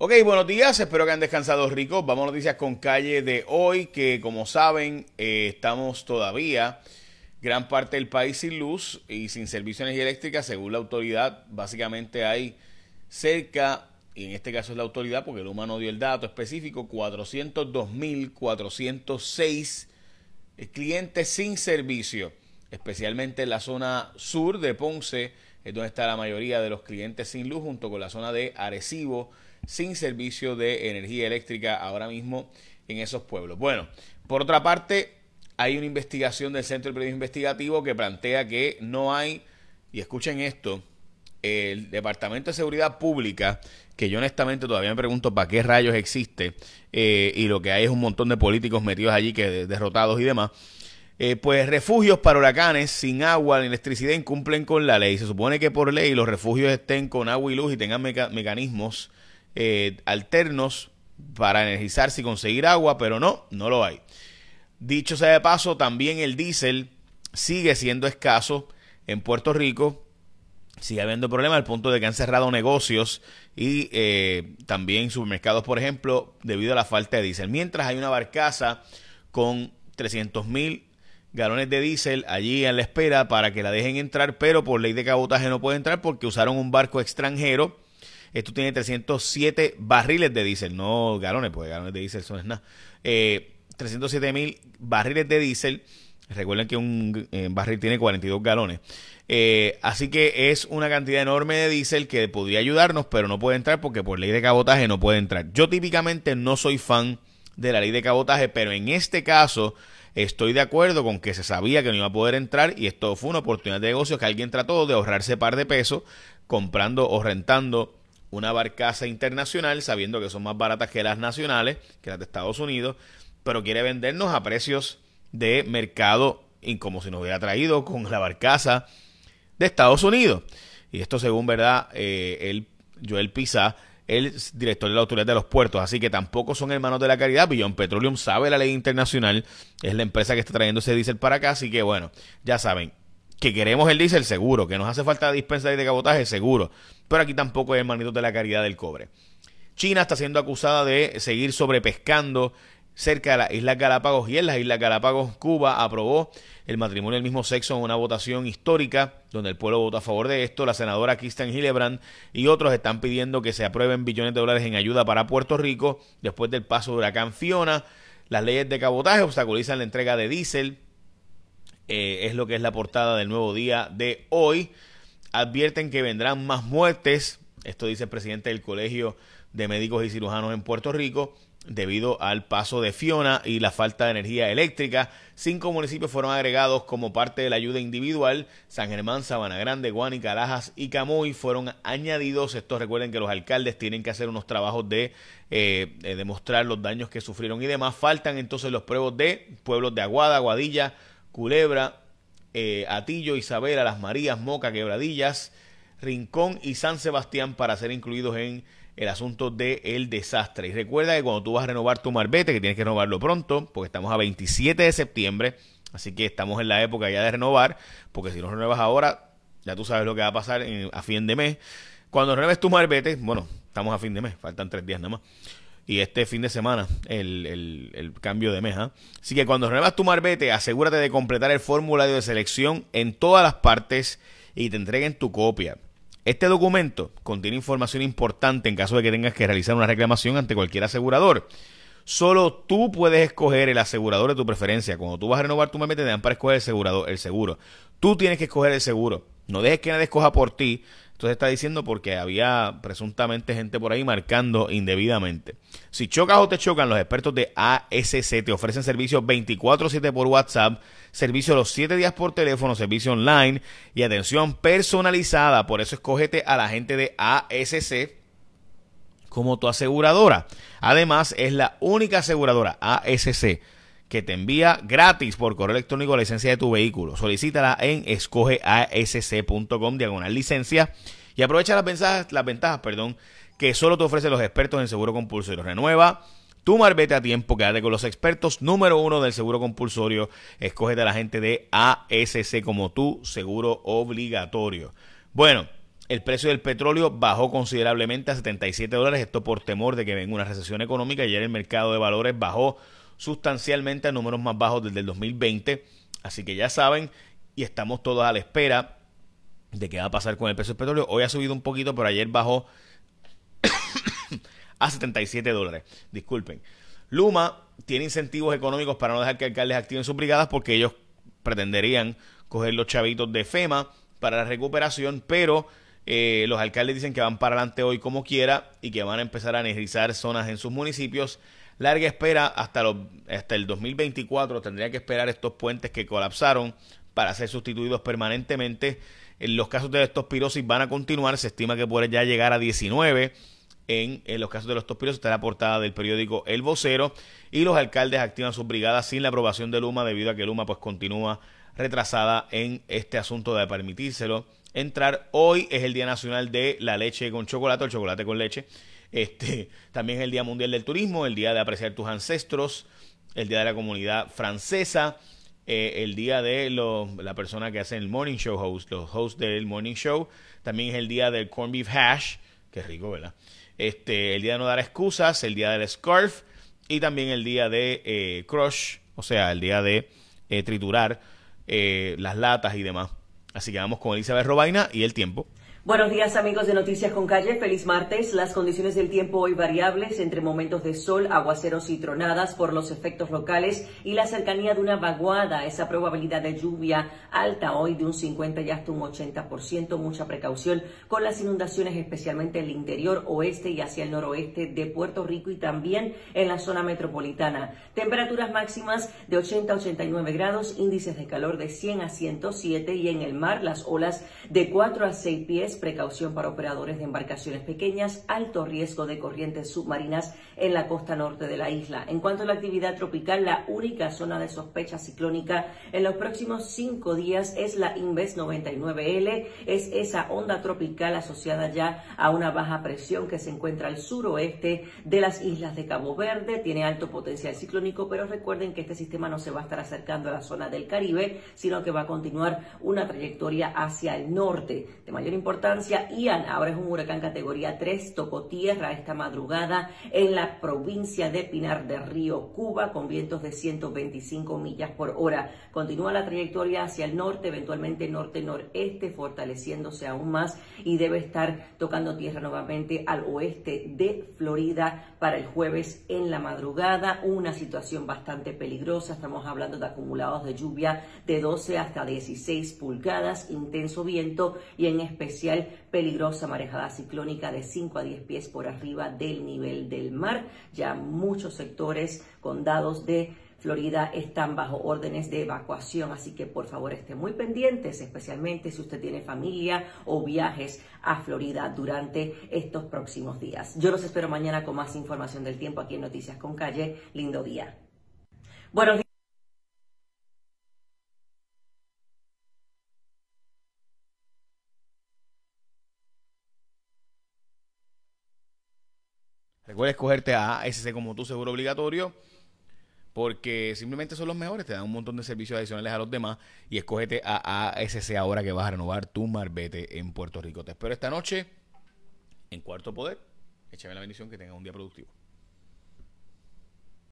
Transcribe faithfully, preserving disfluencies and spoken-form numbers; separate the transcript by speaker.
Speaker 1: Ok, buenos días, espero que han descansado ricos. Vamos a noticias con calle de hoy, que como saben, eh, estamos todavía gran parte del país sin luz y sin servicio de energía eléctrica, según la autoridad. Básicamente hay cerca, y en este caso es la autoridad, porque el humano dio el dato específico, cuatrocientos dos mil cuatrocientos seis clientes sin servicio, especialmente en la zona sur de Ponce, es donde está la mayoría de los clientes sin luz, junto con la zona de Arecibo, sin servicio de energía eléctrica ahora mismo en esos pueblos. Bueno, por otra parte, hay una investigación del Centro de Periodismo Investigativo que plantea que no hay, y escuchen esto, el Departamento de Seguridad Pública, que yo honestamente todavía me pregunto para qué rayos existe, eh, y lo que hay es un montón de políticos metidos allí, que derrotados y demás, eh, pues refugios para huracanes sin agua ni electricidad incumplen con la ley. Se supone que por ley los refugios estén con agua y luz y tengan meca mecanismos eh, alternos para energizarse y conseguir agua, pero no, no lo hay. Dicho sea de paso, también el diésel sigue siendo escaso en Puerto Rico. Sigue habiendo problemas al punto de que han cerrado negocios y eh, también supermercados, por ejemplo, debido a la falta de diésel. Mientras hay una barcaza con trescientos mil galones de diésel allí en la espera para que la dejen entrar, pero por ley de cabotaje no puede entrar porque usaron un barco extranjero. Esto tiene trescientos siete barriles de diésel, no galones, porque galones de diésel son es nada. Eh, trescientos siete mil barriles de diésel. Recuerden que un eh, barril tiene cuarenta y dos galones. Eh, así que es una cantidad enorme de diésel que podría ayudarnos, pero no puede entrar porque por ley de cabotaje no puede entrar. Yo típicamente no soy fan de la ley de cabotaje, pero en este caso estoy de acuerdo con que se sabía que no iba a poder entrar y esto fue una oportunidad de negocio que alguien trató de ahorrarse par de pesos comprando o rentando una barcaza internacional, sabiendo que son más baratas que las nacionales, que las de Estados Unidos, pero quiere vendernos a precios de mercado y como si nos hubiera traído con la barcaza de Estados Unidos. Y esto según, ¿verdad? Eh, el Joel Pizá, el director de la Autoridad de los Puertos. Así que tampoco son hermanos de la caridad. Beyond Petroleum sabe la ley internacional. Es la empresa que está trayendo ese diésel para acá. Así que bueno, ya saben que queremos el diésel, seguro. Que nos hace falta dispensa de cabotaje, seguro. Pero aquí tampoco es hermanitos de la caridad del cobre. China está siendo acusada de seguir sobrepescando cerca de las Islas Galápagos, y en las Islas Galápagos Cuba aprobó el matrimonio del mismo sexo en una votación histórica donde el pueblo votó a favor de esto. La senadora Kirsten Gillibrand y otros están pidiendo que se aprueben billones de dólares en ayuda para Puerto Rico después del paso de huracán Fiona. Las leyes de cabotaje obstaculizan la entrega de diésel, eh, es lo que es la portada del Nuevo Día de hoy. Advierten que vendrán más muertes, esto dice el presidente del Colegio de Médicos y Cirujanos en Puerto Rico, debido al paso de Fiona y la falta de energía eléctrica. Cinco municipios fueron agregados como parte de la ayuda individual. San Germán, Sabana Grande, Guánica, Lajas y Camuy fueron añadidos. Estos, recuerden que los alcaldes tienen que hacer unos trabajos de eh, eh, demostrar los daños que sufrieron y demás. Faltan entonces los pueblos de pueblos de Aguada, Aguadilla, Culebra, eh, Atillo, Isabela, Las Marías, Moca, Quebradillas, Rincón y San Sebastián para ser incluidos en el asunto del desastre. Y recuerda que cuando tú vas a renovar tu marbete, que tienes que renovarlo pronto, porque estamos a veintisiete de septiembre, así que estamos en la época ya de renovar, porque si no renuevas ahora, ya tú sabes lo que va a pasar en, a fin de mes. Cuando renueves tu marbete, bueno, estamos a fin de mes, faltan tres días nada más, y este fin de semana, el, el, el cambio de mes, ¿eh? Así que cuando renuevas tu marbete, asegúrate de completar el formulario de selección en todas las partes y te entreguen tu copia. Este documento contiene información importante en caso de que tengas que realizar una reclamación ante cualquier asegurador. Solo tú puedes escoger el asegurador de tu preferencia. Cuando tú vas a renovar tu marbete, te dan para escoger el, asegurador, el seguro. Tú tienes que escoger el seguro. No dejes que nadie escoja por ti. Entonces está diciendo porque había presuntamente gente por ahí marcando indebidamente. Si chocas o te chocan, los expertos de A S C te ofrecen servicios veinticuatro siete por WhatsApp, servicio los siete días por teléfono, servicio online y atención personalizada. Por eso escógete a la gente de A S C como tu aseguradora. Además, es la única aseguradora A S C que te envía gratis por correo electrónico la licencia de tu vehículo. Solicítala en escogeasc.com diagonal licencia y aprovecha las ventajas, las ventajas perdón, que solo te ofrecen los expertos en seguro compulsorio. Renueva tu marbete a tiempo, quédate con los expertos número uno del seguro compulsorio. Escógete a la gente de A S C como tu seguro obligatorio. Bueno, El precio del petróleo bajó considerablemente a setenta y siete dólares, esto por temor de que venga una recesión económica. Ayer el mercado de valores bajó sustancialmente a números más bajos desde el dos mil veinte, así que ya saben, y estamos todos a la espera de qué va a pasar con el precio del petróleo. Hoy ha subido un poquito, pero ayer bajó a setenta y siete dólares. Disculpen. Luma tiene incentivos económicos para no dejar que alcaldes activen sus brigadas porque ellos pretenderían coger los chavitos de FEMA para la recuperación, pero eh, los alcaldes dicen que van para adelante hoy como quiera y que van a empezar a energizar zonas en sus municipios. Larga espera hasta, los, hasta el dos mil veinticuatro, tendría que esperar estos puentes que colapsaron para ser sustituidos permanentemente. En los casos de la leptospirosis van a continuar, se estima que puede ya llegar a diecinueve. En, en los casos de los leptospirosis está la portada del periódico El Vocero, y los alcaldes activan sus brigadas sin la aprobación de Luma, debido a que Luma pues continúa retrasada en este asunto de permitírselo entrar. Hoy es el Día Nacional de la Leche con Chocolate, o el chocolate con leche. Este, también es el Día Mundial del Turismo, el Día de Apreciar tus Ancestros, el Día de la Comunidad Francesa, eh, el Día de lo, la persona que hace el Morning Show host, los hosts del Morning Show. También es el Día del Corn Beef Hash, que rico, ¿verdad? Este, el Día de No Dar Excusas, el Día del Scarf, y también el Día de eh, Crush, o sea, el Día de eh, triturar eh, las latas y demás. Así que vamos con Elizabeth Robaina y el tiempo.
Speaker 2: Buenos días, amigos de Noticias con Calle. Feliz martes. Las condiciones del tiempo hoy variables entre momentos de sol, aguaceros y tronadas por los efectos locales y la cercanía de una vaguada. Esa probabilidad de lluvia alta hoy de un cincuenta y hasta un ochenta por ciento. Mucha precaución con las inundaciones, especialmente en el interior oeste y hacia el noroeste de Puerto Rico y también en la zona metropolitana. Temperaturas máximas de ochenta a ochenta y nueve grados, índices de calor de cien a ciento siete, y en el mar las olas de cuatro a seis pies. Precaución para operadores de embarcaciones pequeñas, alto riesgo de corrientes submarinas en la costa norte de la isla. En cuanto a la actividad tropical, la única zona de sospecha ciclónica en los próximos cinco días es la Inves noventa y nueve L, es esa onda tropical asociada ya a una baja presión que se encuentra al suroeste de las islas de Cabo Verde. Tiene alto potencial ciclónico, pero recuerden que este sistema no se va a estar acercando a la zona del Caribe, sino que va a continuar una trayectoria hacia el norte. De mayor importancia, Ian ahora es un huracán categoría tres, tocó tierra esta madrugada en la provincia de Pinar del Río, Cuba, con vientos de ciento veinticinco millas por hora. Continúa la trayectoria hacia el norte, eventualmente norte-noreste, fortaleciéndose aún más, y debe estar tocando tierra nuevamente al oeste de Florida para el jueves en la madrugada. Una situación bastante peligrosa, estamos hablando de acumulados de lluvia de doce hasta dieciséis pulgadas, intenso viento y en especial peligrosa marejada ciclónica de cinco a diez pies por arriba del nivel del mar. Ya muchos sectores, condados de Florida están bajo órdenes de evacuación, así que por favor estén muy pendientes, especialmente si usted tiene familia o viajes a Florida durante estos próximos días. Yo los espero mañana con más información del tiempo aquí en Noticias con Calle. Lindo día. Buenos días.
Speaker 1: Recuerda escogerte a A S C como tu seguro obligatorio, porque simplemente son los mejores, te dan un montón de servicios adicionales a los demás, y escógete a A S C ahora que vas a renovar tu marbete en Puerto Rico. Te espero esta noche en Cuarto Poder. Échame la bendición, que tengas un día productivo.